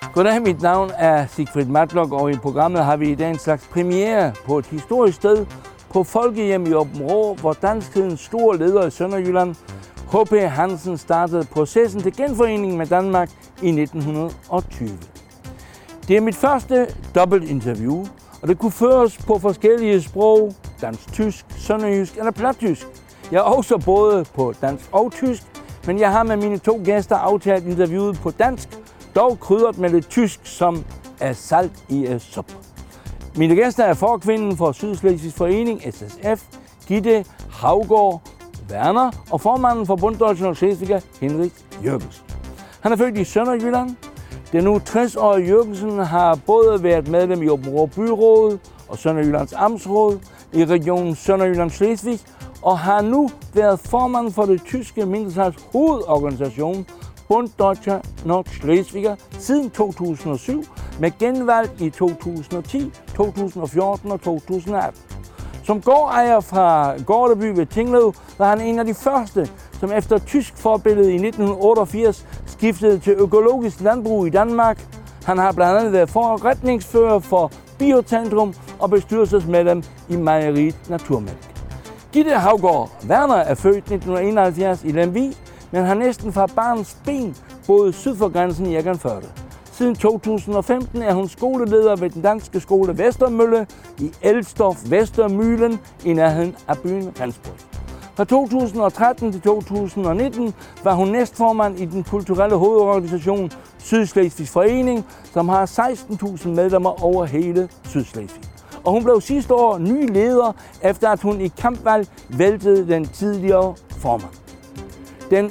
Goddag, mit navn er Sigfrid Matlock, og i programmet har vi i dag en slags premiere på et historisk sted på Folkehjem i Aabenraa, hvor danskhedens store leder i Sønderjylland, H.P. Hansen, startede processen til genforening med Danmark i 1920. Det er mit første dobbeltinterview, og det kunne føres på forskellige sprog, dansk, tysk, sønderjysk eller plattysk. Jeg er også både på dansk og tysk, men jeg har med mine to gæster aftalt interviewet på dansk, dog krydret med lidt tysk, som er salt i suppe. Mine gæster er forkvinden for Sydslesvigs Forening, SSF, Gitte Haugaard Werner, og formanden for Bunddeutscher Schleswiger, Henrik Jürgensen. Han er født i Sønderjylland. Den nu 60-årige Jürgensen har både været medlem i Aabenraa Byråd og Sønderjyllands Amtsråd i regionen Sønderjylland-Slesvig, og har nu været formand for det tyske mindretals hovedorganisation, Bunddeutscher Nordschleswiger, siden 2007, med genvalg i 2010, 2014 og 2018. Som gårdejer fra Gårdeby ved Tinglev var han en af de første, som efter tysk forbillede i 1988 skiftede til økologisk landbrug i Danmark. Han har blandt andet været forretningsfører for Biocentrum og bestyrelsesmedlem i Mejeriet Naturmælk. Gitte Haugaard Werner er født 1971 i Lemvig, men har næsten fra barns ben boet syd for grænsen i Egernførde. Siden 2015 er hun skoleleder ved den danske skole Vestermølle i Elstorff Vestermühlen i nærheden af byen Rendsburg. Fra 2013 til 2019 var hun næstformand i den kulturelle hovedorganisation Sydslesvigs Forening, som har 16.000 medlemmer over hele Sydslesvig. Og hun blev sidste år ny leder, efter at hun i kampvalg væltede den tidligere formand. Den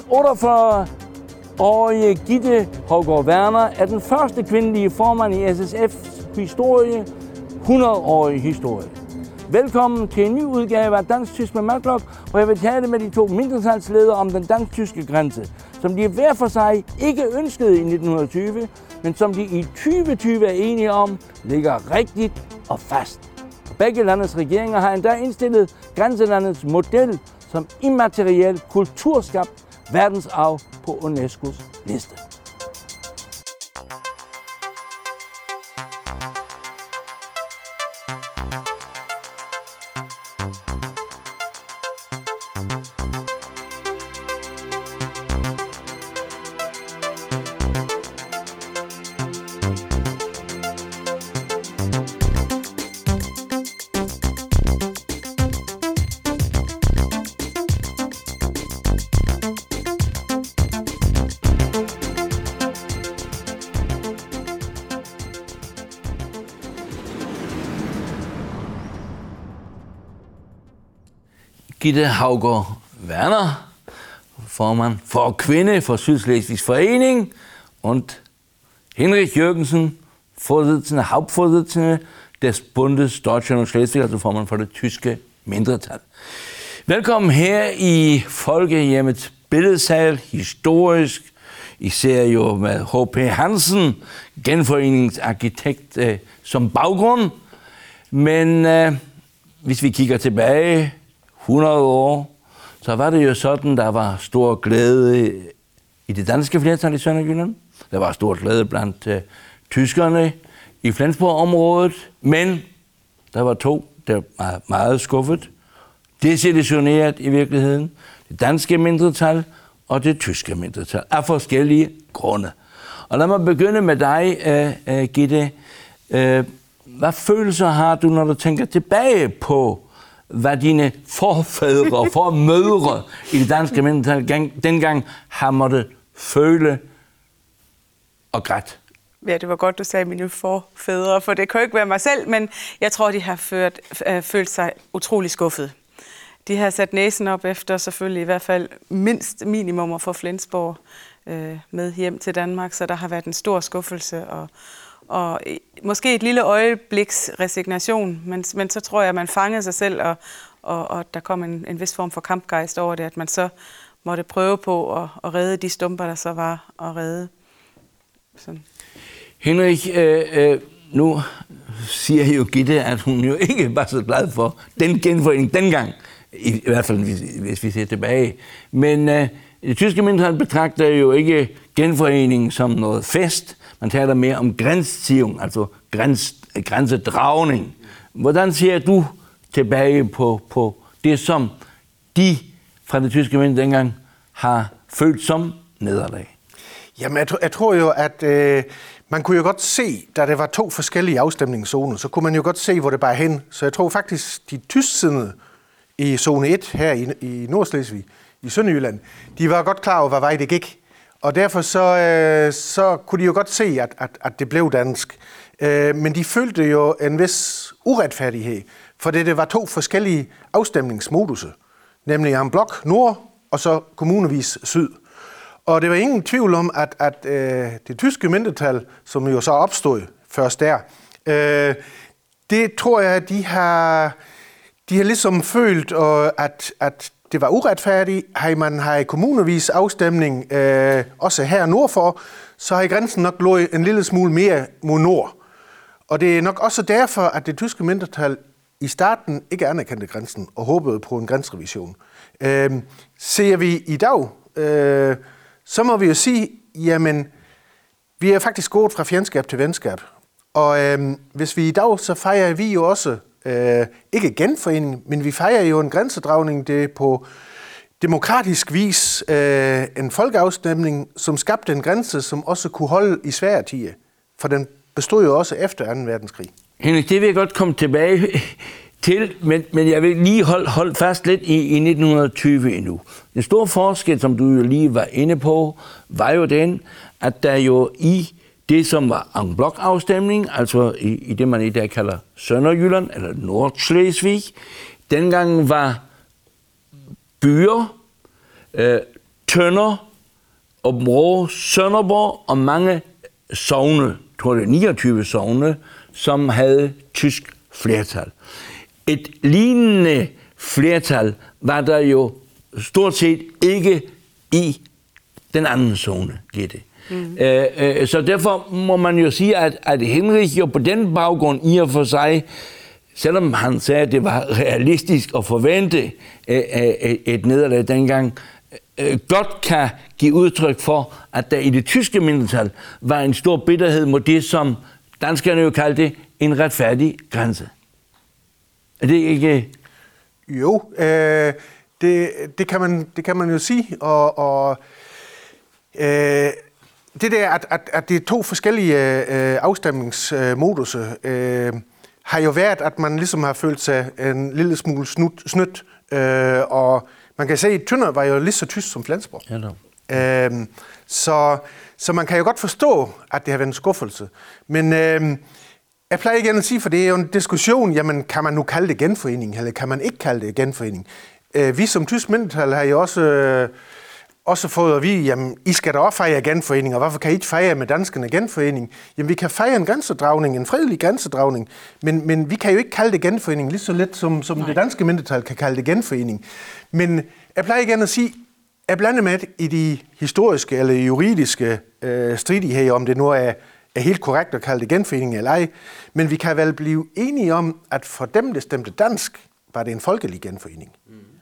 48-årige Gitte Haugaard Werner er den første kvindelige formand i SSF's historie, 100-årige historie. Velkommen til en ny udgave af Dansk Tysk med Matlock, hvor jeg vil tale med de to mindretalsledere om den dansk-tyske grænse, som de hver for sig ikke ønskede i 1920, men som de i 2020 er enige om, ligger rigtigt og fast. Begge landets regeringer har endda indstillet grænselandets model som immateriel kulturskabt verdensarv på UNESCO's liste. Gitte Haugaard Werner, formand for kvinde for Sydslesvigs Forening, und Henrik Jürgensen, Hauptvorsitzende des Bundes Deutscher Nordschleswig, altså formand for det tyske mindretal. Velkommen her i Folkehjemmets billedsal, historisk, især jo med H.P. Hansen, genforeningsarkitekt som baggrund. Men hvis vi kigger tilbage 100 år, så var det jo sådan, der var stor glæde i det danske flertal i Sønderjylland. Der var stor glæde blandt tyskerne i Flensborg-området, men der var to, der var meget skuffet, desillusioneret i virkeligheden, det danske mindretal og det tyske mindretal, af forskellige grunde. Og lad mig begynde med dig, Gitte. Hvad følelser har du, når du tænker tilbage på, hvad dine forfædre og formødre i det danske mindretal dengang har måttet føle og grædt? Ja, det var godt, du sagde mine forfædre, for det kan jo ikke være mig selv, men jeg tror, de har følt sig utrolig skuffet. De har sat næsen op efter selvfølgelig i hvert fald mindst minimum at få Flensborg med hjem til Danmark, så der har været en stor skuffelse og måske et lille øjebliks resignation, men så tror jeg, at man fangede sig selv, og der kom en vis form for kampgejst over det, at man så måtte prøve på at redde de stumper, der så var at redde. Sådan. Henrik, nu siger jo Gitte, at hun jo ikke var så glad for den genforening dengang, i hvert fald hvis vi ser tilbage. Men det tyske mindretal betragter jo ikke genforeningen som noget fest. Man taler mere om Grenzziehung, altså grænsedragning. Hvordan ser du tilbage på det, som de fra det tyske mindretal dengang har følt som nederlag? Jamen, jeg tror jo, at man kunne jo godt se, da der var 2 forskellige afstemningszoner, så kunne man jo godt se, hvor det bare hen. Så jeg tror faktisk, de tysksindede i zone 1 her i Nordslesvig, i Sønderjylland, de var godt klar over, hvad vej det gik. Og derfor så kunne de jo godt se, at det blev dansk. Men de følte jo en vis uretfærdighed, for det var 2 forskellige afstemningsmoduser, nemlig en blok nord og så kommunevis syd. Og det var ingen tvivl om, at det tyske mindretal, som jo så opstod først der, det tror jeg, at de har ligesom følt, at det var uretfærdigt. Man har i kommunevis afstemning, også her nordfor, så har grænsen nok løbet en lille smule mere mod nord. Og det er nok også derfor, at det tyske mindretal i starten ikke anerkendte grænsen og håbede på en grænserevision. Ser vi i dag, så må vi jo sige, jamen, vi er faktisk gået fra fjendskab til venskab. Og hvis vi i dag, så fejrer vi jo også, ikke genforening, men vi fejrer jo en grænsedragning, det er på demokratisk vis en folkeafstemning, som skabte en grænse, som også kunne holde i svære tider. For den bestod jo også efter 2. verdenskrig. Henrik, det vil jeg godt komme tilbage til, men jeg vil lige holde fast lidt i 1920 endnu. Den store forskel, som du jo lige var inde på, var jo den, at der jo i det, som var en blokafstemning, altså i det, man i dag kalder Sønderjylland eller Nordslesvig, dengang var byer, Tønder, Aabenraa, Sønderborg og mange sogne, jeg tror det er 29 sogne, som havde tysk flertal. Et lignende flertal var der jo stort set ikke i den anden zone, Gitte. Så derfor må man jo sige, at Henrik jo på den baggrund i og for sig, selvom han sagde, at det var realistisk at forvente et nederlag dengang, godt kan give udtryk for, at der i det tyske mindretal var en stor bitterhed mod det, som danskerne jo kaldte en retfærdig grænse. Er det ikke? Jo, det kan man jo sige, og det der, at det er 2 forskellige afstemningsmoduser, har jo været, at man ligesom har følt sig en lille smule snydt, og man kan se, at Tønder var jo lige så tysk som Flensborg. Ja, så man kan jo godt forstå, at det har været en skuffelse. Men jeg plejer igen at sige, for det er jo en diskussion, jamen kan man nu kalde det genforening, eller kan man ikke kalde det genforening? Vi som tysk mindretal har jo også fået at vide, jamen I skal da også fejre genforening, og hvorfor kan I ikke fejre med danskerne genforening? Jamen vi kan fejre en grænsedragning, en fredelig grænsedragning, men vi kan jo ikke kalde det genforening lige så let som det danske mindretal kan kalde det genforening. Men jeg plejer igen at sige, jeg blander med i de historiske eller juridiske stridigheder, om det nu er helt korrekt at kalde det genforening eller ej, men vi kan vel blive enige om, at for dem, der stemte dansk, var det en folkelig genforening.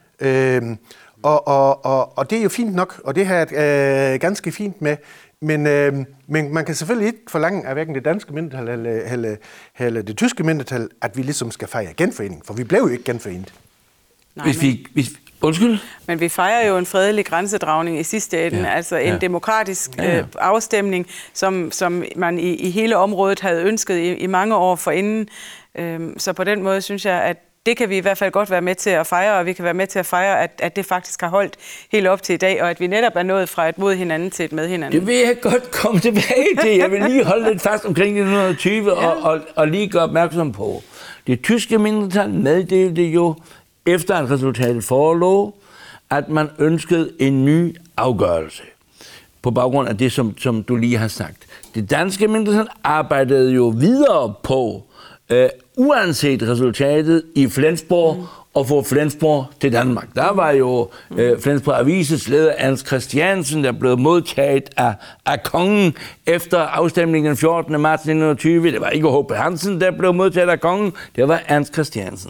Og det er jo fint nok, og det har jeg ganske fint med, men man kan selvfølgelig ikke forlange af hverken det danske mindretal eller det tyske mindretal, at vi ligesom skal fejre genforening, for vi blev jo ikke genforenet. Undskyld? Men vi fejrer jo en fredelig grænsedragning i sidste ende, altså en demokratisk afstemning, som man i hele området havde ønsket i mange år forinden. Så på den måde synes jeg, at det kan vi i hvert fald godt være med til at fejre, og vi kan være med til at fejre, at det faktisk har holdt helt op til i dag, og at vi netop er nået fra et mod hinanden til et med hinanden. Det vil jeg godt komme tilbage til. Jeg vil lige holde lidt fast omkring 1920 og lige gøre opmærksom på. Det tyske mindretal meddelte jo, efter at resultatet forelå, at man ønskede en ny afgørelse. På baggrund af det, som du lige har sagt. Det danske mindretal arbejdede jo videre på, uanset resultatet i Flensborg, og få Flensborg til Danmark. Der var jo Flensborg Avises leder Ernst Christiansen, der blev modtaget af kongen efter afstemningen den 14. marts 1920. Det var ikke H.P. Hansen, der blev modtaget af kongen. Det var Ernst Christiansen.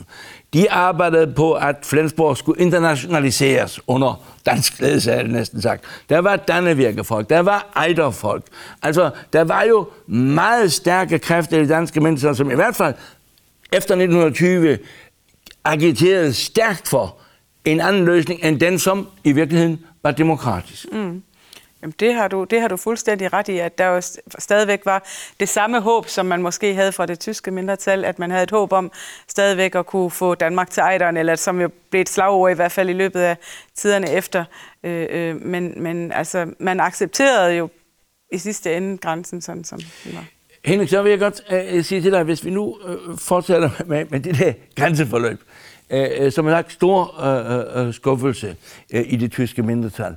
de arbejdede på, at Flensborg skulle internationaliseres under dansk ledelse, er det næsten sagt. Der var Dannevirkefolk, der var Ejderfolk. Altså, der var jo meget stærke kræfter i det danske mindretal, som i hvert fald efter 1920 agiterede stærkt for en anden løsning, end den, som i virkeligheden var demokratisk. Mm. Jamen, det har du fuldstændig ret i, at der jo stadigvæk var det samme håb, som man måske havde fra det tyske mindretal, at man havde et håb om stadigvæk at kunne få Danmark til Ejderen, eller som jo blev et slagord i hvert fald i løbet af tiderne efter. Men altså, man accepterede jo i sidste ende grænsen, sådan som det var. Henrik, så vil jeg godt sige til dig, hvis vi nu fortsætter med det der grænseforløb, som har lagt stor skuffelse i det tyske mindretal.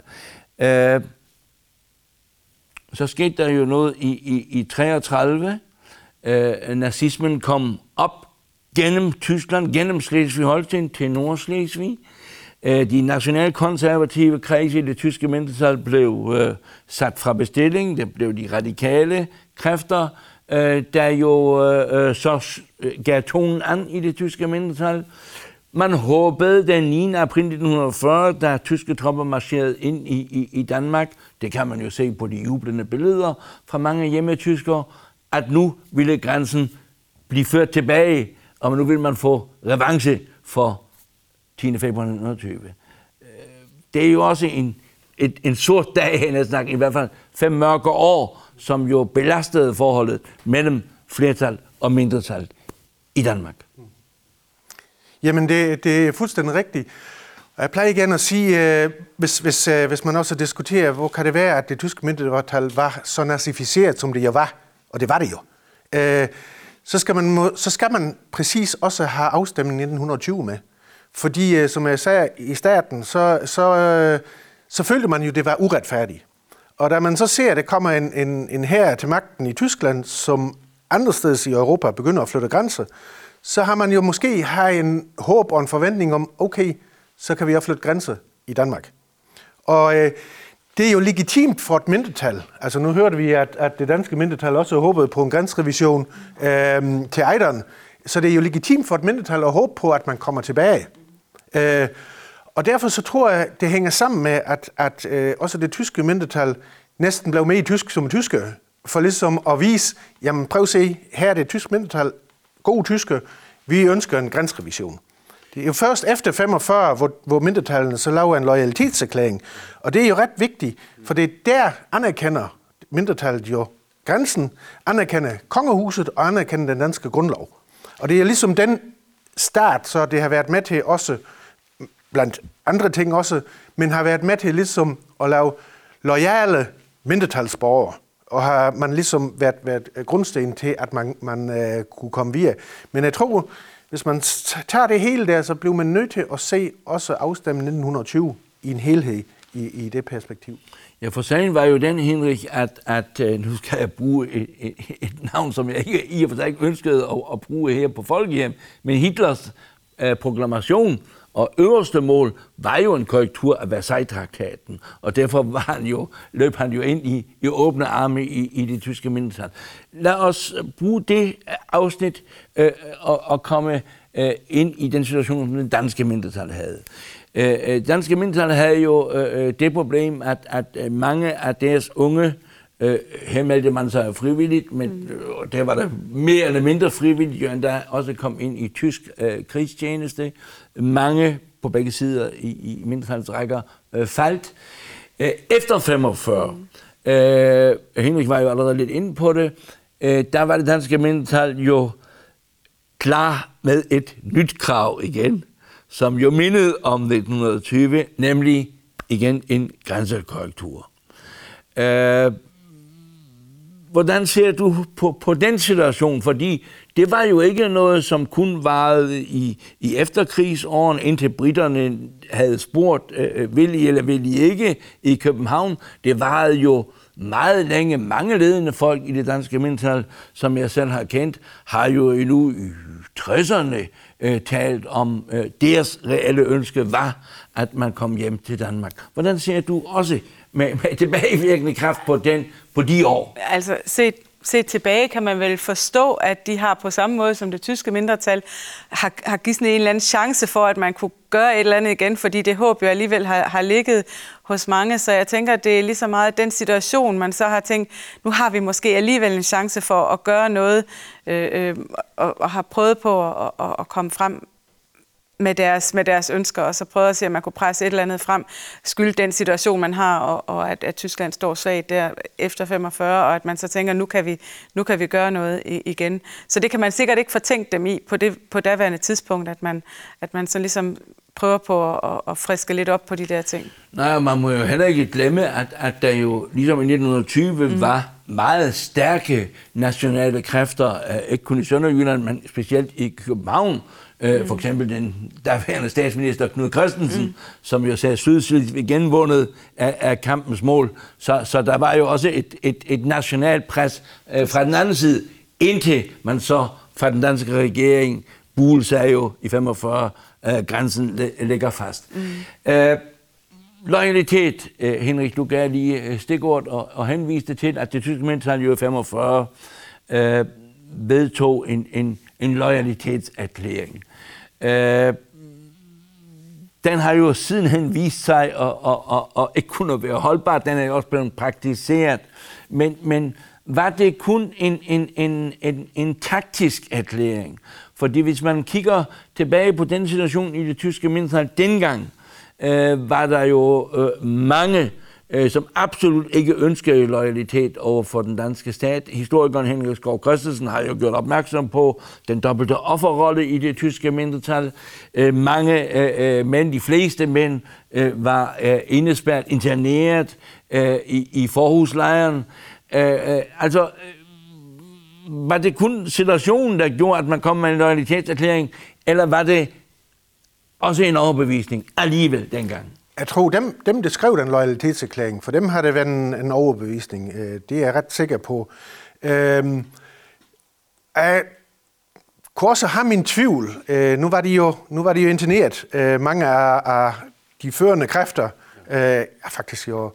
Så skete der jo noget i 33. Nazismen kom op gennem Tyskland, gennem Slesvig-Holsten til Nordslesvig. De nationalkonservative kredse i det tyske mindretal blev sat fra bestilling. Det blev de radikale kræfter, der jo så gav tonen an i det tyske mindretal. Man håbede den 9. april 1940, da tyske tropper marcherede ind i Danmark, det kan man jo se på de jublende billeder fra mange hjemmetyskere, at nu ville grænsen blive ført tilbage, og nu ville man få revanche for 10. februar 1920. Det er jo også en sort dag, i hvert fald 5 mørke år, som jo belastede forholdet mellem flertal og mindretal i Danmark. Jamen, det er fuldstændig rigtigt. Og jeg plejer igen at sige, hvis man også diskuterer, hvor kan det være, at det tyske mindretal var så nazificeret, som det jo var, og det var det jo, så skal man præcis også have afstemningen 1920 med. Fordi, som jeg sagde i starten, så følte man jo, det var uretfærdigt. Og da man så ser, at der kommer en hær til magten i Tyskland, som andre steder i Europa begynder at flytte grænser, så har man jo måske en håb og en forventning om, okay, så kan vi også flytte grænser i Danmark. Og det er jo legitimt for et mindretal. Altså nu hørte vi, at det danske mindretal også håbede på en grænserevision til Ejderen. Så det er jo legitimt for et mindretal at håbe på, at man kommer tilbage. Og derfor så tror jeg, det hænger sammen med, at også det tyske mindretal næsten blev med i tysk som tyske, for ligesom at vise, jamen prøv at se, her er det tysk mindretal, gode tyske, vi ønsker en grænserevision. Det er jo først efter 45, hvor mindretallene så laver en loyalitetserklæring. Og det er jo ret vigtigt, for det er der anerkender mindretallet jo grænsen, anerkender kongehuset og anerkender den danske grundlov. Og det er ligesom den start, så det har været med til også, blandt andre ting også, men har været med til ligesom at lave loyale mindretalsborgere. Og har man ligesom været grundsten til, at man kunne komme videre. Men jeg tror, hvis man tager det hele der, så bliver man nødt til at se også afstemningen 1920 i en helhed i det perspektiv. Ja, for sagen var jo den, Henrik, at nu skal jeg bruge et navn, som jeg i og for sig ikke ønskede at bruge her på Folkehjem, men Hitlers proklamation og øverste mål var jo en korrektur af Versailles-traktaten, og derfor løb han jo ind i åbne arme i det tyske mindretal. Lad os bruge det afsnit og komme ind i den situation, som den danske mindretal havde. Danske mindretal havde jo det problem, at mange af deres unge her meldte man sig frivilligt, men der var der mere eller mindre frivilligt, end der også kom ind i tysk krigstjeneste. Mange på begge sider i mindretalsrækker faldt. Efter 45, Henrik var jo allerede lidt inde på det, der var det danske mindretal jo klar med et nyt krav igen, som jo mindede om 1920, nemlig igen en grænsekorrektur. Hvordan ser du på den situation? Fordi det var jo ikke noget, som kun varede i efterkrigsårene, indtil britterne havde spurgt, vil I eller vil I ikke i København. Det varede jo meget længe. Mange ledende folk i det danske mindretal, som jeg selv har kendt, har jo endnu i 60'erne talt om, deres reelle ønske var, at man kom hjem til Danmark. Hvordan ser du også med tilbagevirkende kraft på de år? Altså set set tilbage kan man vel forstå, at de har på samme måde som det tyske mindretal, har givet sådan en eller anden chance for, at man kunne gøre et eller andet igen, fordi det håb jo alligevel har ligget hos mange. Så jeg tænker, at det er lige så meget den situation, man så har tænkt, nu har vi måske alligevel en chance for at gøre noget, og har prøvet på at komme frem med deres ønsker, og så prøve at se, om man kunne presse et eller andet frem, skylde den situation, man har, og at Tyskland står svagt der efter 45, og at man så tænker, nu kan vi gøre noget igen. Så det kan man sikkert ikke fortænke dem i på daværende tidspunkt, at man så ligesom prøver på at friske lidt op på de der ting. Nej, man må jo heller ikke glemme, at der jo ligesom i 1920 var meget stærke nationale kræfter, ikke kun i Sønderjylland, men specielt i København. For eksempel den daværende statsminister Knud Christensen, som jo sagde Sydslesvig genvundet af kampens mål. Så der var jo også et nationalt pres fra den anden side, indtil man så fra den danske regering, Buhl sagde jo i 45, grænsen ligger fast. Loyalitet, Henrik, du gav lige stikord og henviste til, at det tyske mindretal jo i 45 vedtog en loyalitetserklæring. Den har jo sidenhen vist sig at ikke kunne være holdbar. Den er jo også blevet praktiseret. Men var det kun en taktisk erklæring? Fordi hvis man kigger tilbage på den situation i det tyske mindretal dengang, var der jo mange, som absolut ikke ønskede loyalitet over for den danske stat. Historikeren Henrik Skov Christensen har jo gjort opmærksom på den dobbelte offerrolle i det tyske mindretal. Mange mænd, de fleste mænd, var indespærret, interneret i forhuslejren. Var det kun situationen, der gjorde, at man kom med en loyalitetserklæring, eller var det også en overbevisning alligevel dengang? Jeg tror, dem der skrev den loyalitetserklæring, for dem har det været en overbevisning. Det er jeg ret sikker på. Jeg kunne også have min tvivl. Nu var de jo interneret. Mange af de førende kræfter, faktisk jo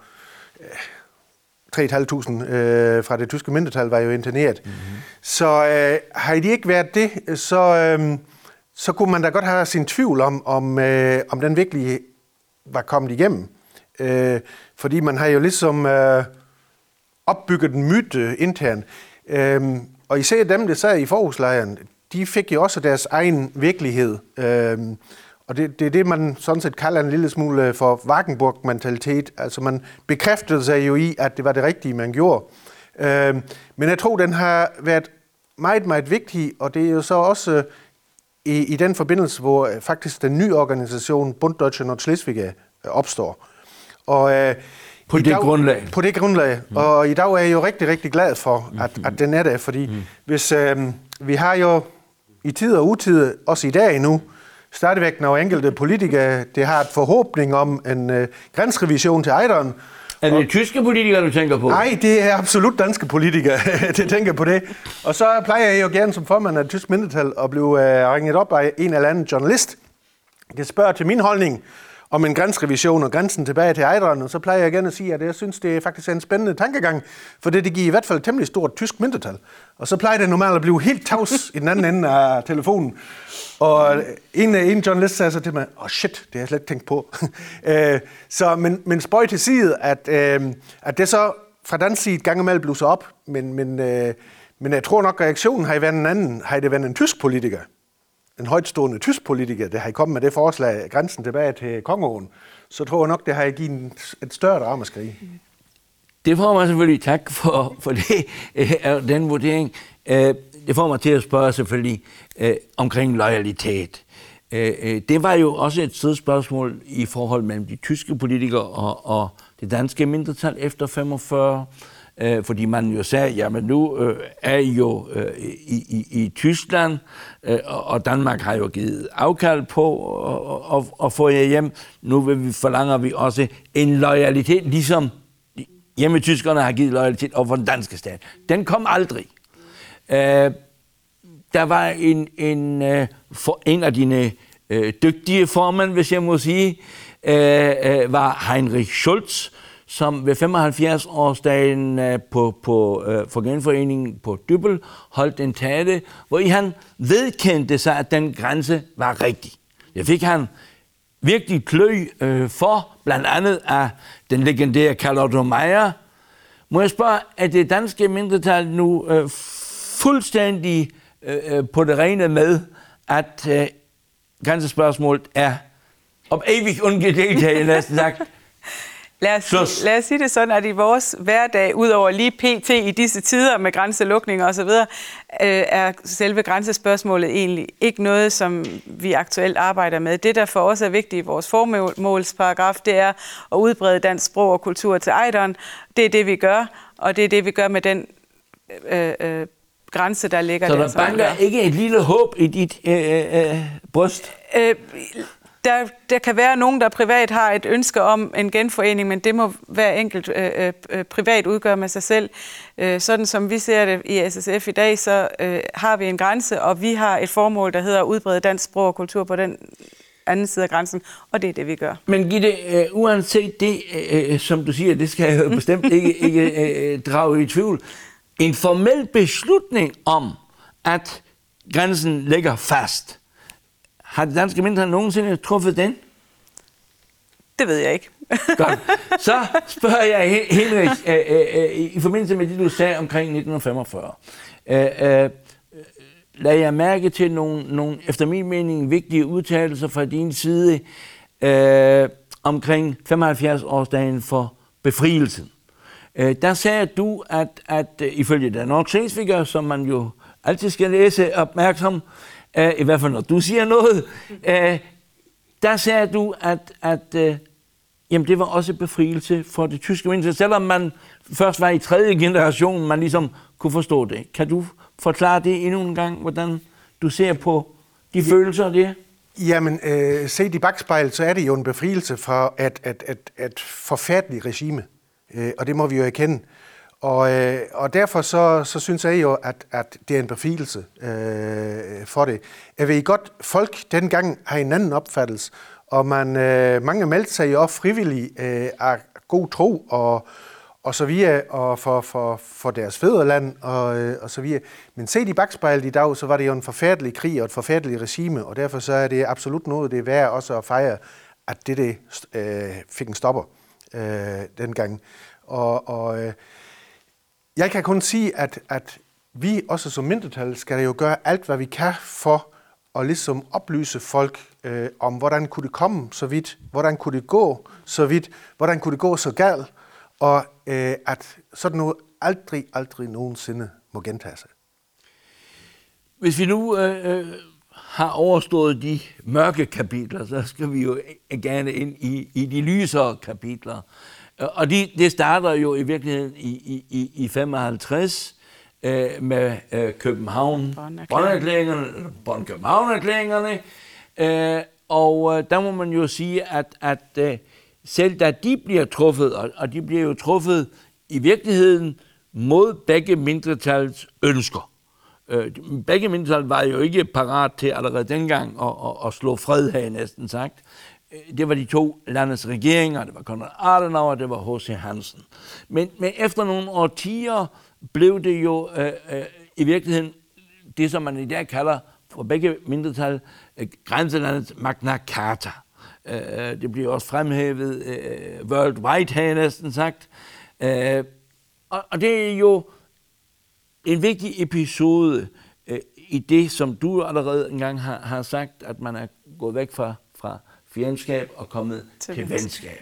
3.500 fra det tyske mindretal var jo interneret. Så har de ikke været det, så kunne man da godt have sin tvivl om den virkelig var kommet igennem. Fordi man har jo ligesom opbygget en myte internt. Og især dem, der sad i forhuslejren, de fik jo også deres egen virkelighed. Og det er det, man sådan set kalder en lille smule for Wagenburg-mentalitet. Altså man bekræftede sig jo i, at det var det rigtige, man gjorde. Men jeg tror, den har været meget, meget vigtig, og det er jo så også i den forbindelse, hvor faktisk den nye organisation, Bund Deutscher Nordschleswiger, opstår. Og på det grundlag. På det grundlag. Og i dag er jeg jo rigtig, rigtig glad for, at den er der, fordi hvis vi har jo i tid og utid, også i dag endnu, stadigvæk nogle enkelte politikere, det har et forhåbning om en grænserevision til Ejderen. Er det tyske politikere, du tænker på? Nej, det er absolut danske politikere, det tænker på det. Og så plejer jeg jo gerne som formand af et tysk mindretal at blive ringet op af en eller anden journalist. Jeg spørger til min holdning om en grænserevision og grænsen tilbage til Ejderen, og så plejer jeg gerne at sige, at jeg synes, det er faktisk en spændende tankegang, for det giver i hvert fald et temmelig stort tysk mindretal. Og så plejer det normalt at blive helt tavs i den anden ende af telefonen. Og en journalist sagde så til mig, shit, det har jeg slet ikke tænkt på. Men spøj til side, at det så fra den side gang imellem blusser op, men jeg tror nok, reaktionen har været en anden, har det været en tysk politiker, en højtstående tysk politiker, der har kommet med det forslag, grænsen tilbage til Kongeåen, så tror jeg nok, det har givet et større ramaskrig. Det får mig selvfølgelig tak for det, den vurdering. Det får mig til at spørge selvfølgelig omkring loyalitet. Det var jo også et sidespørgsmål i forhold mellem de tyske politikere og det danske mindretal efter 45, fordi man jo sagde, jamen nu er I jo i Tyskland, og Danmark har jo givet afkald på at få jer hjem. Nu forlanger vi også en loyalitet, ligesom hjemmetyskerne har givet loyalitet over for den danske stat. Den kom aldrig. Der var en af dine dygtige formand, hvis jeg må sige, var Heinrich Schulz, som ved 75-årsdagen for genforeningen på Dybbøl holdt en tale, hvor han vedkendte sig, at den grænse var rigtig. Det fik han virkelig klø for, blandt andet af den legendære Karl Otto Meier. Må jeg spørge, er det danske mindretal nu fuldstændig på det rene med, at grænsespørgsmålet er om evigt ungedelt, har jeg næsten sagt? Lad os sige det sådan, at i vores hverdag, udover lige pt. I disse tider med grænselukninger osv., er selve grænsespørgsmålet egentlig ikke noget, som vi aktuelt arbejder med. Det, der for os er vigtigt i vores formålsparagraf, det er at udbrede dansk sprog og kultur til ejderen. Det er det, vi gør, og det er det, vi gør med den grænse, der ligger der. Så der banker ikke et lille håb i dit bryst? Der kan være nogen, der privat har et ønske om en genforening, men det må hver enkelt privat udgøre med sig selv. Sådan som vi ser det i SSF i dag, så har vi en grænse, og vi har et formål, der hedder at udbrede dansk sprog og kultur på den anden side af grænsen, og det er det, vi gør. Men Gitte, uanset det, som du siger, det skal jeg jo bestemt ikke drage i tvivl. En formel beslutning om, at grænsen ligger fast. Har det danske mindretal nogensinde truffet den? Det ved jeg ikke. Godt. Så spørger jeg Henrik, i forbindelse med det, du sagde omkring 1945. Lad jeg mærke til nogle, efter min mening, vigtige udtalelser fra din side omkring 75-årsdagen for befrielsen. Der sagde du, at ifølge den Nordschleswiger, som man jo altid skal læse opmærksom, i hvert fald når du siger noget, der sagde du, at jamen det var også befrielse for det tyske mindretal, selvom man først var i 3. generation, man ligesom kunne forstå det. Kan du forklare det endnu en gang, hvordan du ser på de følelser der? Jamen, set i bagspejlet, så er det jo en befrielse fra et forfærdeligt regime, og det må vi jo erkende. Og derfor så synes jeg jo, at det er en befrielse for det. Jeg ved godt, folk dengang har en anden opfattelse, og mange meldte sig jo frivilligt af god tro og så videre, og for deres fædreland og så videre. Men set i bagspejlet i dag, så var det jo en forfærdelig krig og et forfærdeligt regime, og derfor så er det absolut noget, det er værd også at fejre, at det fik en stopper dengang. Jeg kan kun sige, at vi også som mindretal skal jo gøre alt, hvad vi kan for at ligesom oplyse folk om, hvordan kunne det komme så vidt, hvordan kunne det gå så vidt, hvordan kunne det gå så galt, og at sådan noget aldrig nogensinde må gentage sig. Hvis vi nu har overstået de mørke kapitler, så skal vi jo gerne ind i de lysere kapitler. Og det starter jo i virkeligheden i 55 med Bonn-København-erklæringerne. Og der må man jo sige, at selv da de bliver truffet, og de bliver jo truffet i virkeligheden mod begge mindretals ønsker. Begge mindretal var jo ikke parat til allerede dengang at slå fred, havde jeg næsten sagt. Det var de to landes regeringer, det var Konrad Adenauer, det var H.C. Hansen. Men efter nogle årtier blev det jo i virkeligheden det, som man i dag kalder for begge mindretal grænselandets Magna Carta. Det bliver også fremhævet worldwide, har jeg næsten sagt. Og det er jo en vigtig episode i det, som du allerede engang har sagt, at man er gået væk fra fjendskab og kommet til venskab.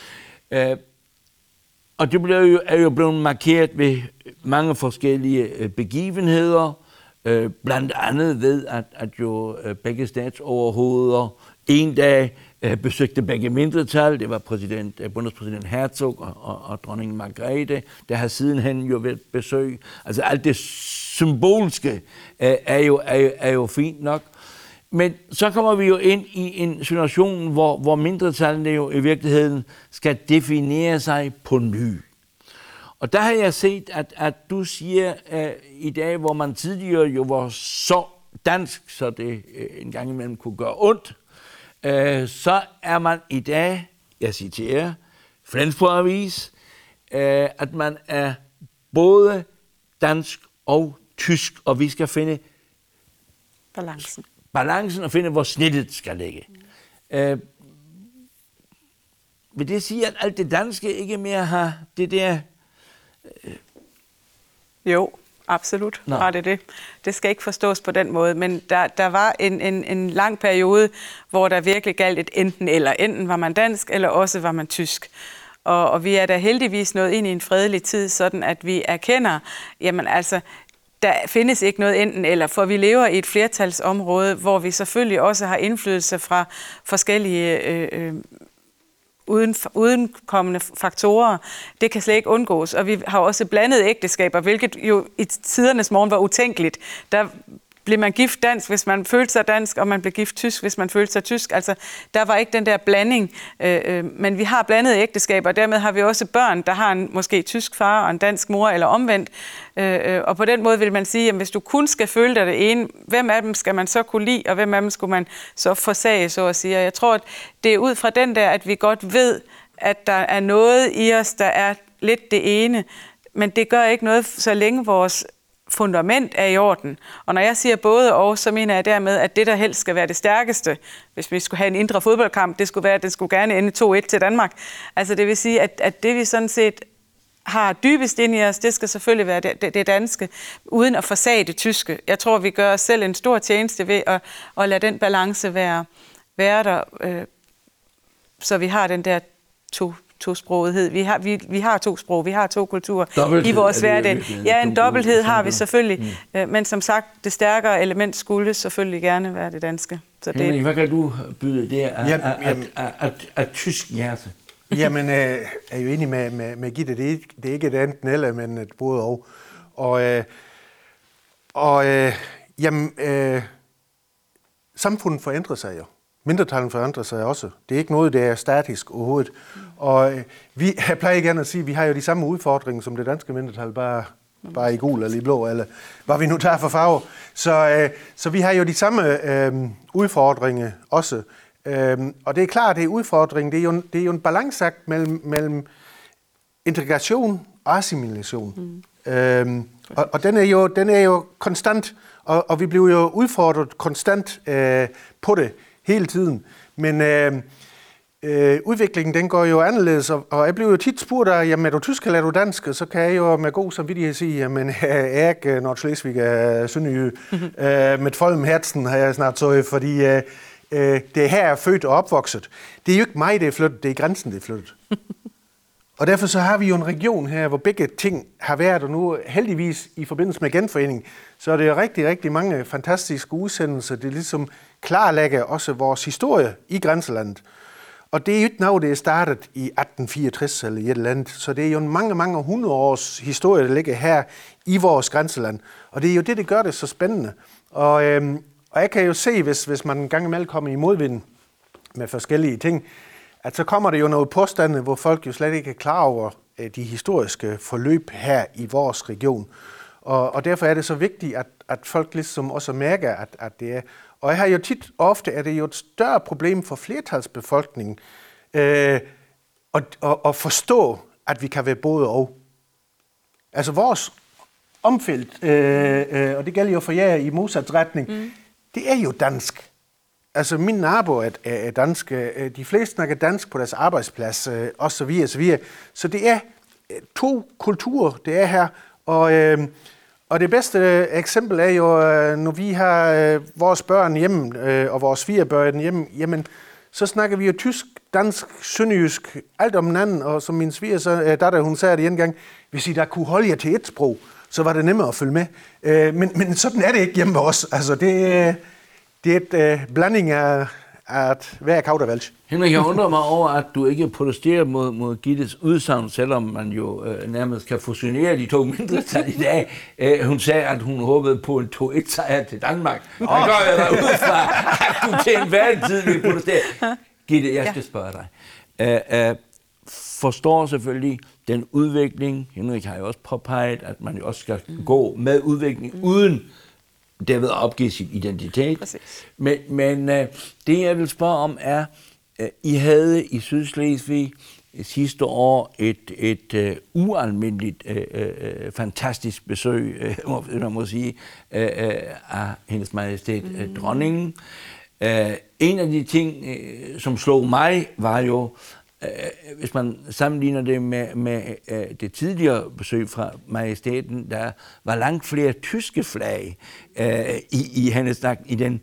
Og det er jo blevet markeret ved mange forskellige begivenheder, blandt andet ved, at jo begge statsoverhoveder en dag besøgte begge mindretal. Det var bundespræsident Herzog og dronning Margrethe, der har sidenhen jo været besøg. Altså alt det symbolske er jo fint nok. Men så kommer vi jo ind i en situation, hvor mindretallene jo i virkeligheden skal definere sig på ny. Og der har jeg set, at du siger i dag, hvor man tidligere jo var så dansk, så det en gang imellem kunne gøre ondt, så er man i dag, jeg citerer, Flensborg Avis, at man er både dansk og tysk, og vi skal finde balancen og finde, hvor snittet skal ligge. Vil det sige, at alt det danske ikke mere har det der... Jo, absolut har det. Det skal ikke forstås på den måde, men der var en lang periode, hvor der virkelig galt et enten eller. Enten var man dansk, eller også var man tysk. Og vi er da heldigvis nået ind i en fredelig tid, sådan at vi erkender, jamen altså, der findes ikke noget enten eller, for vi lever i et flertalsområde, hvor vi selvfølgelig også har indflydelse fra forskellige udenkommende faktorer. Det kan slet ikke undgås, og vi har også blandede ægteskaber, hvilket jo i tidernes morgen var utænkeligt. Der blev man gift dansk, hvis man følte sig dansk, og man blev gift tysk, hvis man følte sig tysk. Altså, der var ikke den der blanding, men vi har blandede ægteskaber, og dermed har vi også børn, der har en måske tysk far og en dansk mor, eller omvendt. Og på den måde vil man sige, at hvis du kun skal føle dig det ene, hvem af dem skal man så kunne lide, og hvem af dem skulle man så forsage, så at sige. Og jeg tror, at det er ud fra den der, at vi godt ved, at der er noget i os, der er lidt det ene, men det gør ikke noget, så længe vores fundament er i orden. Og når jeg siger både og, så mener jeg dermed, at det, der helst skal være det stærkeste, hvis vi skulle have en indre fodboldkamp, det skulle være, at den skulle gerne ende 2-1 til Danmark. Altså det vil sige, at det vi sådan set har dybest ind i os, det skal selvfølgelig være det danske, uden at forsage det tyske. Jeg tror, vi gør os selv en stor tjeneste ved at lade den balance være der, så vi har den der tosprogethed. Vi har to sprog, vi har to kulturer dobbelthed, i vores hverdag. Ja, en dobbelthed har vi selvfølgelig, men som sagt, det stærkere element skulle selvfølgelig gerne være det danske. Så det... Hvad kan du byde der af tysk hjerte? Jamen, jeg er jo enig med Gitte, det er ikke et enten eller, men et både og. Samfundet forandrer sig jo. Mindretalen forandrer sig også. Det er ikke noget, der er statisk overhovedet. Og jeg plejer gerne at sige, at vi har jo de samme udfordringer som det danske mindretal, bare i gul eller i blå, eller hvad vi nu tager for farver. Så vi har jo de samme udfordringer også. Og det er klart, det er udfordringen. Det er jo en balanceakt mellem integration og assimilation. Og den er jo konstant, og vi bliver jo udfordret konstant på det hele tiden. Men udviklingen, den går jo anderledes, og jeg bliver jo tit spurgt af, jamen er du tysk eller er du dansk? Så kan jeg jo med god samvittighed sige, jamen jeg er ikke Nordschleswiger Sønderjyde. Med Folm Herzen har jeg snart sagt, fordi det er her, jeg er født og opvokset. Det er jo ikke mig, det er flyttet, det er grænsen, det er flyttet. Og derfor så har vi jo en region her, hvor begge ting har været, og nu heldigvis i forbindelse med genforeningen, så er det rigtig, rigtig mange fantastiske udsendelser, det ligesom klarlægger også vores historie i grænselandet. Og det er jo ikke noget, det er startet i 1864 eller i et eller andet, så det er jo mange 100 års historie, der ligger her i vores grænseland. Og det er jo det gør det så spændende. Og jeg kan jo se, hvis man en gang imellem kommer i modvind med forskellige ting, at så kommer der jo noget påstande, hvor folk jo slet ikke er klar over de historiske forløb her i vores region. Og derfor er det så vigtigt, at folk ligesom også mærker, at det er. Og jeg har jo tit ofte, at det er jo et større problem for flertalsbefolkningen at forstå, at vi kan være både og. Altså vores omfelt, og det gælder jo for jer i modsatretning, det er jo dansk. Altså min nabo er dansk, de fleste snakker dansk på deres arbejdsplads, og så videre, så videre. Så det er to kulturer, det er her, og det bedste eksempel er jo, når vi har vores børn hjemme, og vores 4 børn hjemme, jamen, så snakker vi jo tysk, dansk, sønderjysk, alt om hinanden, og som min svigerdatter, hun sagde det en gang, hvis I da kunne holde jer til et sprog, så var det nemmere at følge med. Men sådan er det ikke hjemme hos os. Altså det er et blanding af at være kaudervælg. Henrik, jeg undrer mig over, at du ikke protesterer mod Gittes udsagn, selvom man jo nærmest kan fusionere de to mindretal i dag. Hun sagde, at hun håbede på en 2-1-sejr til Danmark. Det gør jeg da ud fra, at du til enhver tid vil protestere. Gitte, jeg skal spørge dig. Forstår selvfølgelig den udvikling. Henrik har jo også påpeget, at man jo også skal gå med udvikling uden derved at opgive sin identitet. Men det, jeg vil spørge om, er, I havde i Sydslesvig sidste år et ualmindeligt fantastisk besøg, man må sige, af hendes majestæt dronningen. En af de ting, som slog mig, var jo, hvis man sammenligner det med det tidligere besøg fra majestæten, der var langt flere tyske flag i hendes snak, i den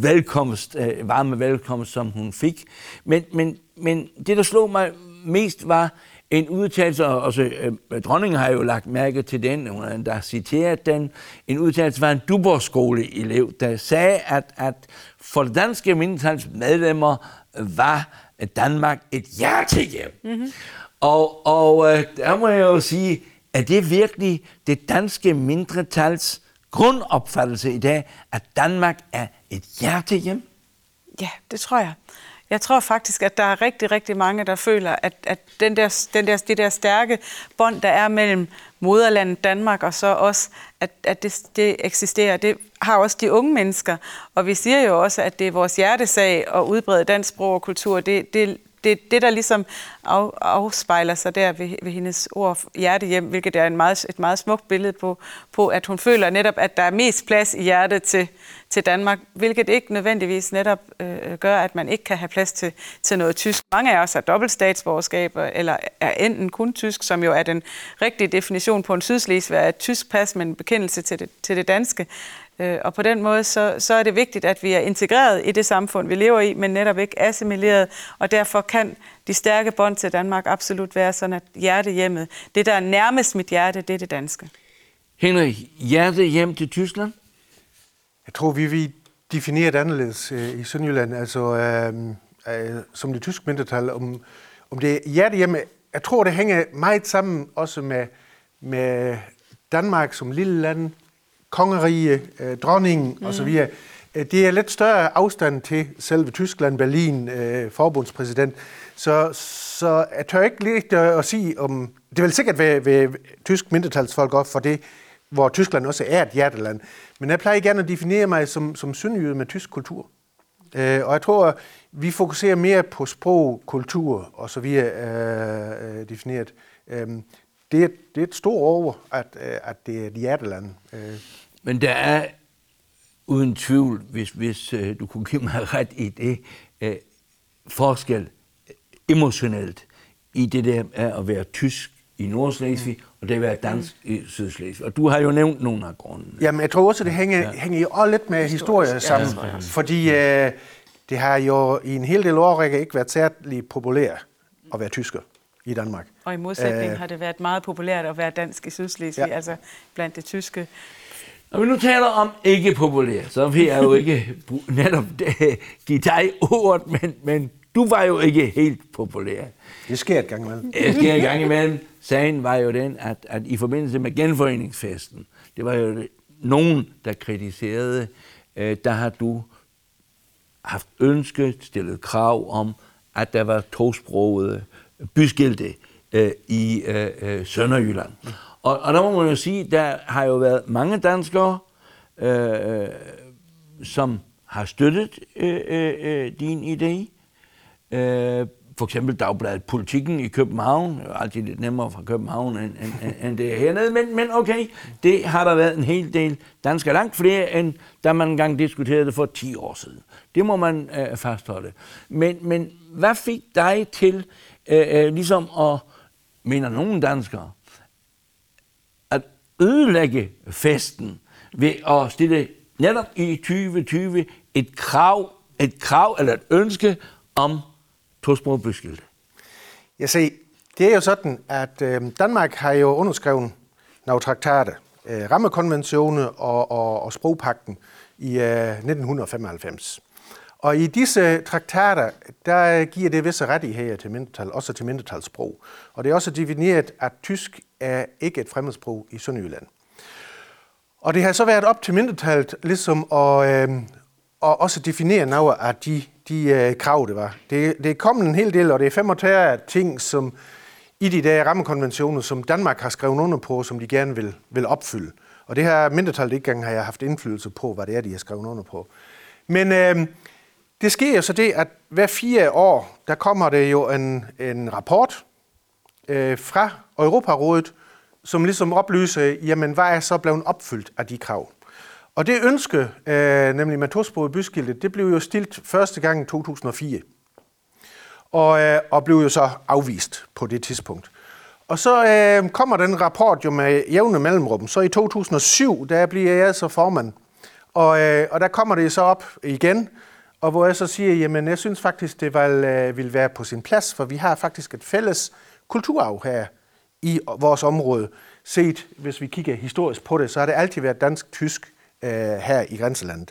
varme velkomst, som hun fik. Men det, der slog mig mest, var en udtalelse, og også dronningen har jo lagt mærke til den, hun har endda citeret den, en udtalelse var en Duborg-skoleelev, der sagde, at for danske mindretalsmedlemmer var Danmark et hjertehjem. Mm-hmm. Og der må jeg jo sige, at det virkelig det danske mindretals grundopfattelse i dag, at Danmark er et hjertehjem? Ja, det tror jeg. Jeg tror faktisk, at der er rigtig, rigtig mange, der føler, at det der stærke bånd, der er mellem moderlandet Danmark og så også, at det eksisterer. Det har også de unge mennesker. Og vi siger jo også, at det er vores hjertesag at udbrede dansk sprog og kultur. Det, der ligesom afspejler sig der ved hendes ord hjertehjem, hvilket er et meget smukt billede på, at hun føler netop, at der er mest plads i hjertet til Danmark, hvilket ikke nødvendigvis netop gør, at man ikke kan have plads til noget tysk. Mange af os har dobbeltstatsborgerskaber, eller er enten kun tysk, som jo er den rigtige definition på en sydslesvig, er et tysk pas med en bekendelse til det danske. Og på den måde, så er det vigtigt, at vi er integreret i det samfund, vi lever i, men netop ikke assimileret, og derfor kan de stærke bånd til Danmark absolut være sådan, at hjertehjemmet, det der er nærmest mit hjerte, det er det danske. Henrik, hjertehjem til Tyskland? Jeg tror, vi vil definere det anderledes i Sønderjylland, altså som det tyske mindretal, om det er hjertehjem. Jeg tror, det hænger meget sammen også med Danmark som lille land, kongerige, dronningen osv. Det er lidt større afstand til selve Tyskland, Berlin, forbundspræsident. Så jeg tør ikke lidt at sige om... Det vil sikkert være tysk mindretalsfolk op for det, hvor Tyskland også er et hjerteland. Men jeg plejer gerne at definere mig som sønderjyde med tysk kultur. Og jeg tror, vi fokuserer mere på sprog, kultur osv. Defineret. Det er et stort over, at det er et hjerteland. Men der er uden tvivl, hvis du kunne give mig ret i det, forskel emotionelt i det der af at være tysk i Nordslesvig, og det at være dansk i Sydslesvig. Og du har jo nævnt nogle af grundene. Jamen, jeg tror også, det hænger jo også lidt med historie sammen. Ja, fordi det har jo i en hel del årrækker ikke været særlig populært at være tysker i Danmark. Og i modsætning har det været meget populært at være dansk i Sydslesvig, altså blandt det tyske. Når vi nu taler om ikke populær, så vil jeg jo ikke netop give dig ordet, men du var jo ikke helt populær. Det sker et gang imellem. Det sker et gang imellem. Sagen var jo den, at i forbindelse med genforeningsfesten, det var jo nogen, der kritiserede, der har du haft ønsket, stillet krav om, at der var tosprogede byskilte i Sønderjylland. Og der må man jo sige, der har jo været mange danskere, som har støttet din idé. For eksempel Dagbladet Politikken i København. Det er altid lidt nemmere fra København end det er hernede. Men okay, det har der været en hel del danskere, langt flere, end da man engang diskuterede det for 10 år siden. Det må man fastholde. Men hvad fik dig til ligesom at, mener nogle danskere, at ødelægge festen ved at stille netop i 2020 et krav eller et ønske om tosproget byskilte? Jeg siger, det er jo sådan, at Danmark har jo underskrevet nogle traktater, rammekonventioner og sprogpagten i 1995. Og i disse traktater, der giver det visse rettigheder til mindretal, også til mindretalssprog. Og det er også defineret, at tysk er ikke et fremmedsprog i Sønderjylland. Og det har så været op til mindretallet ligesom at også definere noget af de krav, det var. Det er kommet en hel del, og det er 35 ting, som i de der rammekonventioner, som Danmark har skrevet under på, som de gerne vil opfylde. Og det her mindretallet ikke engang har jeg haft indflydelse på, hvad det er, de har skrevet under på. Men det sker jo så det, at hver 4 år, der kommer det jo en rapport fra Europarådet, som ligesom oplyser, jamen hvad er så blevet opfyldt af de krav. Og det ønske, nemlig med tosproget byskilte, det blev jo stilt første gang i 2004. Og blev jo så afvist på det tidspunkt. Og så kommer den rapport jo med jævne mellemrum. Så i 2007, der bliver jeg så formand. Og der kommer det så op igen, og hvor jeg så siger, jamen jeg synes faktisk, det vil være på sin plads, for vi har faktisk et fælles kulturarv her i vores område. Set, hvis vi kigger historisk på det, så har det altid været dansk-tysk her i grænselandet.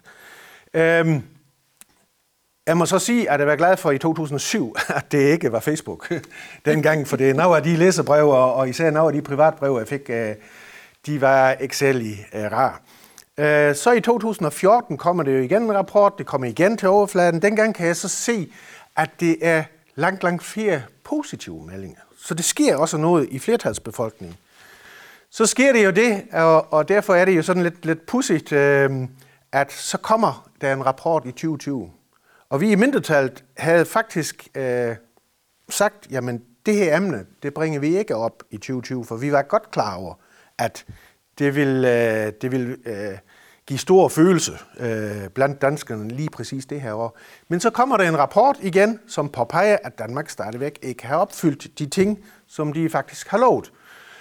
Jeg må så sige, at jeg var glad for i 2007, at det ikke var Facebook dengang, for det er nogle af de læserbreve, og især nogle af de privatbreve, jeg fik, de var ikke særlig rare. Så i 2014 kommer det jo igen en rapport, det kommer igen til overfladen. Dengang kan jeg så se, at det er langt flere positive meldinger. Så det sker også noget i flertalsbefolkningen. Så sker det jo det, og derfor er det jo sådan lidt pudsigt, at så kommer der en rapport i 2020. Og vi i mindretallet havde faktisk sagt, jamen det her emne, det bringer vi ikke op i 2020, for vi var godt klar over, at det vil give stor følelse blandt danskerne lige præcis det her år. Men så kommer der en rapport igen, som påpeger, at Danmark stadigvæk ikke har opfyldt de ting, som de faktisk har lovet.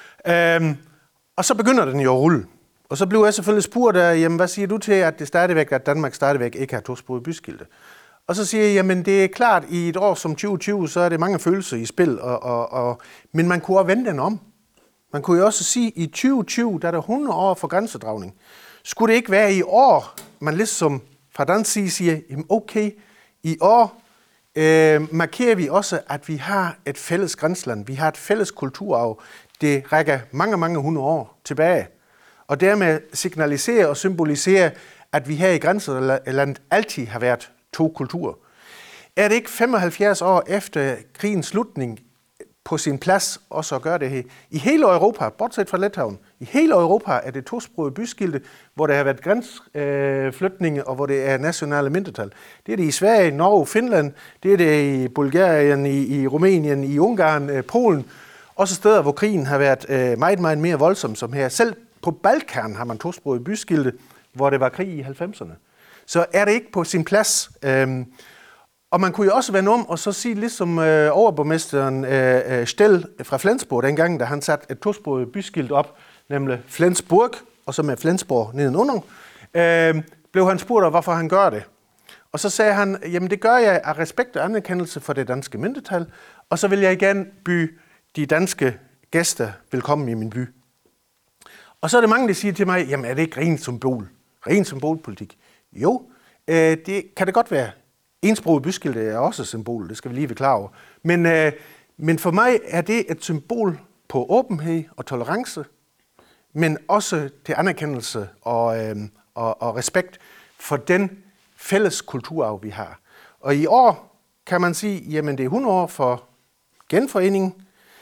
Og så begynder den jo at rulle. Og så blev jeg selvfølgelig spurgt, jamen hvad siger du til, at Danmark stadigvæk ikke har tosproget byskilte? Og så siger jeg, jamen det er klart, i et år som 2020, så er det mange følelser i spil, men man kunne også vende den om. Man kunne jo også sige, at i 2020, der er der 100 år for grænsedragning. Skulle det ikke være i år, man ligesom fra dansk side siger, jamen okay, i år markerer vi også, at vi har et fælles grænseland, vi har et fælles kulturarv, det rækker mange 100 år tilbage. Og dermed signaliserer og symboliserer, at vi her i grænselandet altid har været to kulturer. Er det ikke 75 år efter krigens slutning på sin plads også at gøre det her? I hele Europa, bortset fra Litauen, i hele Europa er det tosproget byskilte, hvor der har været grænsflytninger og hvor det er nationale mindretal. Det er det i Sverige, Norge, Finland, det er det i Bulgarien, i Rumænien, i Ungarn, Polen. Også steder, hvor krigen har været meget mere voldsom som her. Selv på Balkan har man tosproget byskilte, hvor det var krig i 90'erne. Så er det ikke på sin plads. Og man kunne jo også vende om og så sige, ligesom overborgmesteren Stel fra Flensborg dengang, da han satte et tosproget byskilt op, nemlig Flensburg, og så med Flensborg nedenunder, blev han spurgt om, hvorfor han gør det. Og så sagde han, jamen det gør jeg af respekt og anerkendelse for det danske mindretal, og så vil jeg gerne byde de danske gæster velkommen i min by. Og så er det mange, der siger til mig, jamen er det ikke ren symbolpolitik? Jo, det kan det godt være. Ensproget byskilte er også et symbol, det skal vi lige være klar over. Men for mig er det et symbol på åbenhed og tolerance, men også til anerkendelse og respekt for den fælles kulturarv, vi har. Og i år kan man sige, jamen det er 100 år for genforeningen.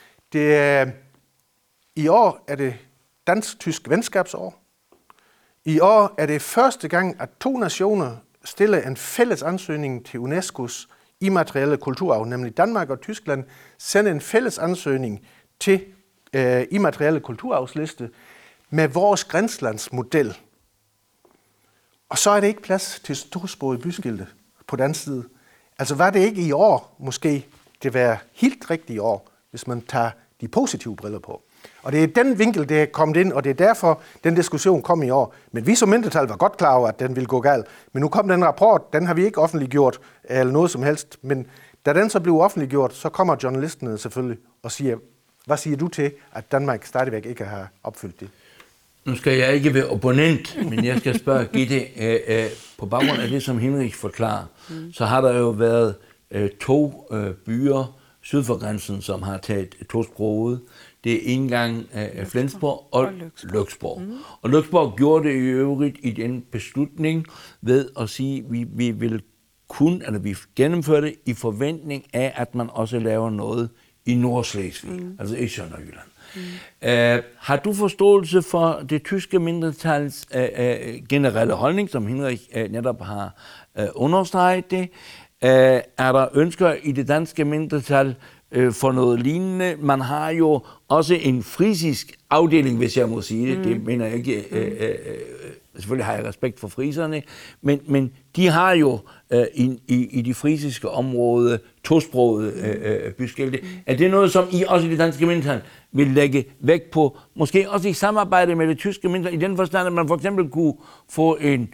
I år er det dansk-tysk venskabsår. I år er det første gang, at 2 nationer stiller en fælles ansøgning til UNESCO's immaterielle kulturarv, nemlig Danmark og Tyskland, sender en fælles ansøgning til immaterielle kulturarvsliste med vores grænselandsmodel. Og så er det ikke plads til tosproget byskilte på den side. Altså var det ikke i år, måske det var helt rigtigt i år, hvis man tager de positive briller på. Og det er den vinkel, det er kommet ind, og det er derfor, den diskussion kom i år. Men vi som mindretal var godt klar over, at den ville gå galt. Men nu kom den rapport, den har vi ikke offentliggjort, eller noget som helst. Men da den så blev offentliggjort, så kommer journalisterne selvfølgelig og siger, hvad siger du til, at Danmark stadigvæk ikke har opfyldt det? Nu skal jeg ikke være opponent, men jeg skal spørge Gitte, på baggrund af det, som Henrik forklarer, så har der jo været 2 byer syd for grænsen, som har taget tosproget. Det er en gang Flensborg og Lyksborg. Og Lyksborg gjorde det i øvrigt i den beslutning ved at sige, at vi gennemfører det i forventning af, at man også laver noget i Nordslesvig, altså i Sønderjylland. Har du forståelse for det tyske mindretals generelle holdning, som Henrik netop har understreget det? Er der ønsker i det danske mindretal for noget lignende. Man har jo også en frisisk afdeling, hvis jeg må sige det. Det mener jeg ikke. Selvfølgelig har jeg respekt for friserne, men de har jo i de frisiske områder tosprogede byskilte. Er det noget, som I også i det danske mindretal vil lægge vægt på? Måske også i samarbejde med det tyske mindretal, i den forstand, at man for eksempel kunne få en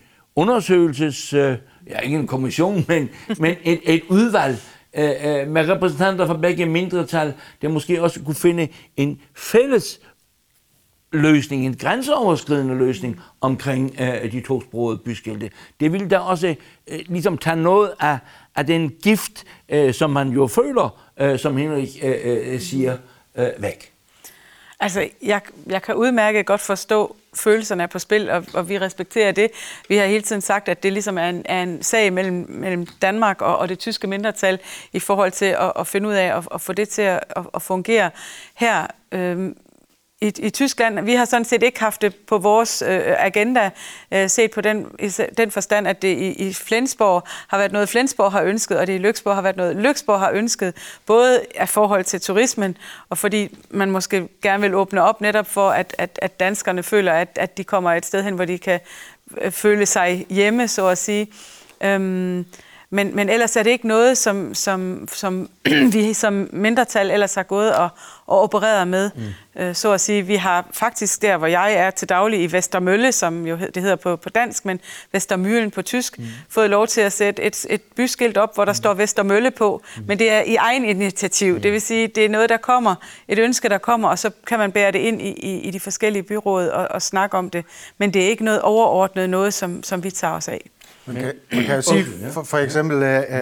ikke en kommission, men et udvalg med repræsentanter fra begge mindretal, der måske også kunne finde en fælles løsning, en grænseoverskridende løsning omkring de tosprogede byskilte. Det ville da også ligesom tage noget af den gift, som man jo føler, som Henrik siger, væk. Altså, jeg kan udmærket godt forstå følelserne er på spil, og vi respekterer det. Vi har hele tiden sagt, at det ligesom er en sag mellem Danmark og det tyske mindretal i forhold til at finde ud af at få det til at fungere her. I Tyskland, vi har sådan set ikke haft det på vores agenda, set på den forstand, at det i Flensborg har været noget, Flensborg har ønsket, og det i Lyksborg har været noget, Lyksborg har ønsket, både af forhold til turismen, og fordi man måske gerne vil åbne op netop for, at danskerne føler, at de kommer et sted hen, hvor de kan føle sig hjemme, så at sige. Men ellers er det ikke noget, som vi som mindretal ellers har gået og opereret med, så at sige. Vi har faktisk der, hvor jeg er til daglig i Vestermølle, som jo det hedder på dansk, men Vestermühlen på tysk, fået lov til at sætte et byskilt op, hvor der står Vestermølle på, men det er i egen initiativ. Det vil sige, det er noget, der kommer, et ønske, der kommer, og så kan man bære det ind i de forskellige byråd og snakke om det. Men det er ikke noget overordnet, noget som vi tager os af. Man kan jo sige, for eksempel,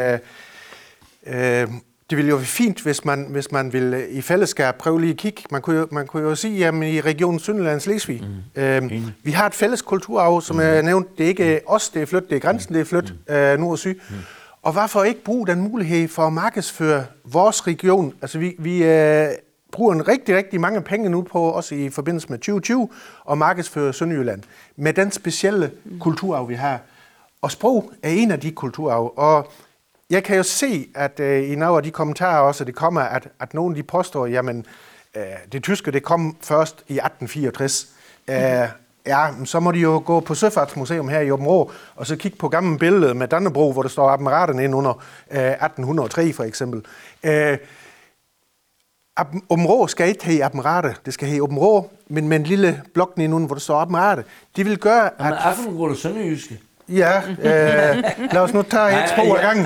det ville jo være fint, hvis man ville i fællesskab prøve lige at kigge. Man kunne jo sige, at i regionen Sønderjylland-Slesvig, vi har et fælles kulturarv, som jeg nævnte. Det er ikke os, det er flyttet, det er grænsen, det er flyttet nord og syd. Og hvorfor ikke bruge den mulighed for at markedsføre vores region? Altså vi bruger en rigtig mange penge nu på, også i forbindelse med 2020, at markedsføre Sønderjylland med den specielle kulturarv, vi har. Og sprog er en af de kulturarv, og jeg kan jo se, at i nogle af de kommentarer også, det kommer, at nogen de påstår, jamen, det tyske, det kom først i 1864. Så må de jo gå på Søfartsmuseum her i Aabenraa, og så kigge på gamle billeder med Dannebrog, hvor der står admiraterne ind under 1803 for eksempel. Aabenraa skal ikke have admirater, det skal have Aabenraa, men med en lille blok nedenunder, hvor der står admirater. Det vil gøre, at... Men Affenrå er sønderjyske. Ja, lad os nu tage et spor ad gangen.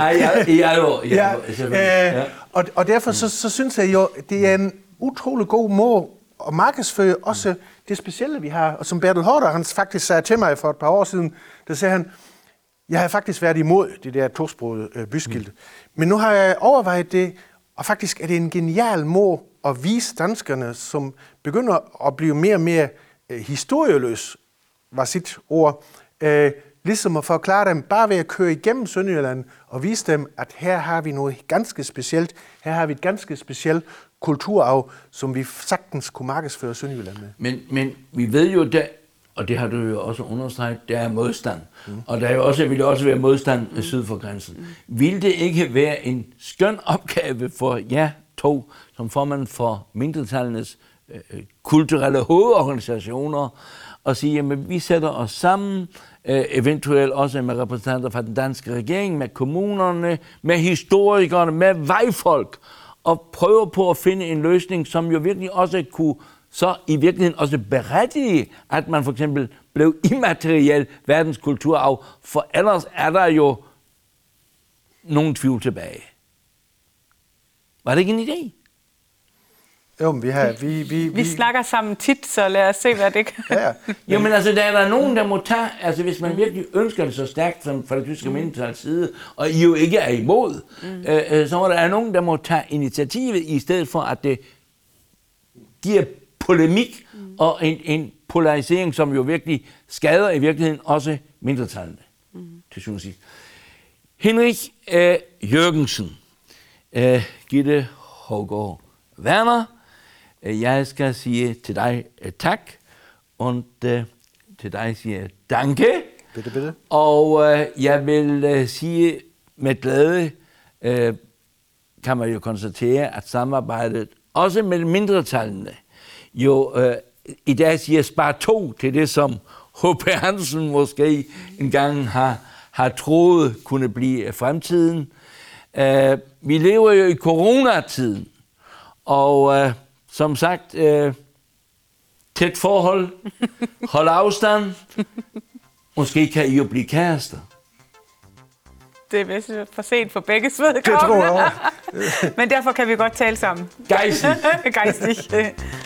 Og derfor så synes jeg jo, det er en utrolig god måde at markedsføre også det specielle, vi har. Og som Bertel Haarder, han faktisk sagde til mig for et par år siden, der sagde han, jeg har faktisk været imod det der tosprogede byskilte. Men nu har jeg overvejet det, og faktisk er det en genial måde at vise danskerne, som begynder at blive mere og mere historieløs, var sit ord, ligesom at forklare dem, bare ved at køre igennem Sønderjylland og vise dem, at her har vi noget ganske specielt, her har vi et ganske specielt kulturarv, som vi sagtens kunne markedsføre Sønderjylland med. Men vi ved jo, og det har du jo også understreget, der er modstand. Og der vil også være modstand syd for grænsen. Vil det ikke være en skøn opgave for jer to, som formand for mindretallenes kulturelle hovedorganisationer, at sige, at vi sætter os sammen, eventuelt også med repræsentanter fra den danske regering, med kommunerne, med historikerne, med vejfolk, og prøver på at finde en løsning, som jo virkelig også kunne så i virkeligheden også berettige, at man for eksempel blev immateriel verdenskulturarv, for ellers er der jo nogen tvivl tilbage. Var det ikke en idé? Jo, men vi snakker sammen tit, så lad os se, hvad det kan. Ja. Jo, men altså, der er der nogen, der må tage, altså hvis man virkelig ønsker det så stærkt fra det tyske mindretals side, og I jo ikke er imod, så må der er nogen, der må tage initiativet, i stedet for, at det giver polemik og en polarisering, som jo virkelig skader i virkeligheden også mindretallene, til syvende og sidst. Henrik Jørgensen, Gitte Hougaard Werner, jeg skal sige til dig tak, og til dig siger jeg danke. Bitte. Og jeg vil sige med glæde, kan man jo konstatere, at samarbejdet, også med mindretallene, jo i dag siger spar 2 til det, som H.P. Hansen måske engang har troet kunne blive fremtiden. Vi lever jo i coronatiden, og som sagt, tæt forhold, hold afstand, måske kan I jo blive kærester. Det er vist for sent for begge vedkommende. Det tror jeg også. Men derfor kan vi godt tale sammen. Geistig. Geistig.